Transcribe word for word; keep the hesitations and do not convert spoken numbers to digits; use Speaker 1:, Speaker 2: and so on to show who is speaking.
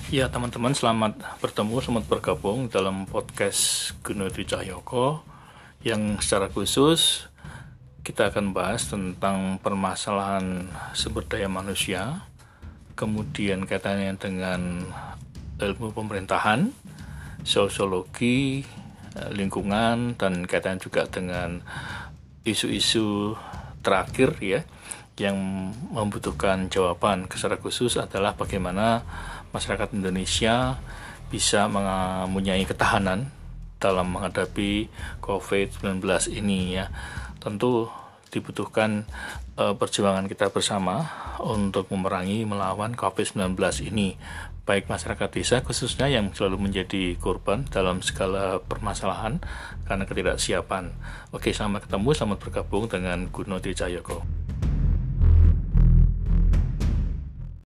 Speaker 1: Ya teman-teman, selamat bertemu, selamat bergabung dalam podcast Guno Dwi Cahyoko yang secara khusus kita akan bahas tentang permasalahan sumber daya manusia, kemudian kaitannya dengan ilmu pemerintahan, sosiologi, lingkungan, dan kaitannya juga dengan isu-isu terakhir ya yang membutuhkan jawaban. Secara khusus adalah bagaimana masyarakat Indonesia bisa mempunyai ketahanan dalam menghadapi covid sembilan belas ini ya. Tentu dibutuhkan e, perjuangan kita bersama untuk memerangi melawan covid sembilan belas ini, baik masyarakat desa khususnya yang selalu menjadi korban dalam segala permasalahan karena ketidaksiapan. Oke, selamat ketemu, selamat bergabung dengan Guno Dwi Cahyoko.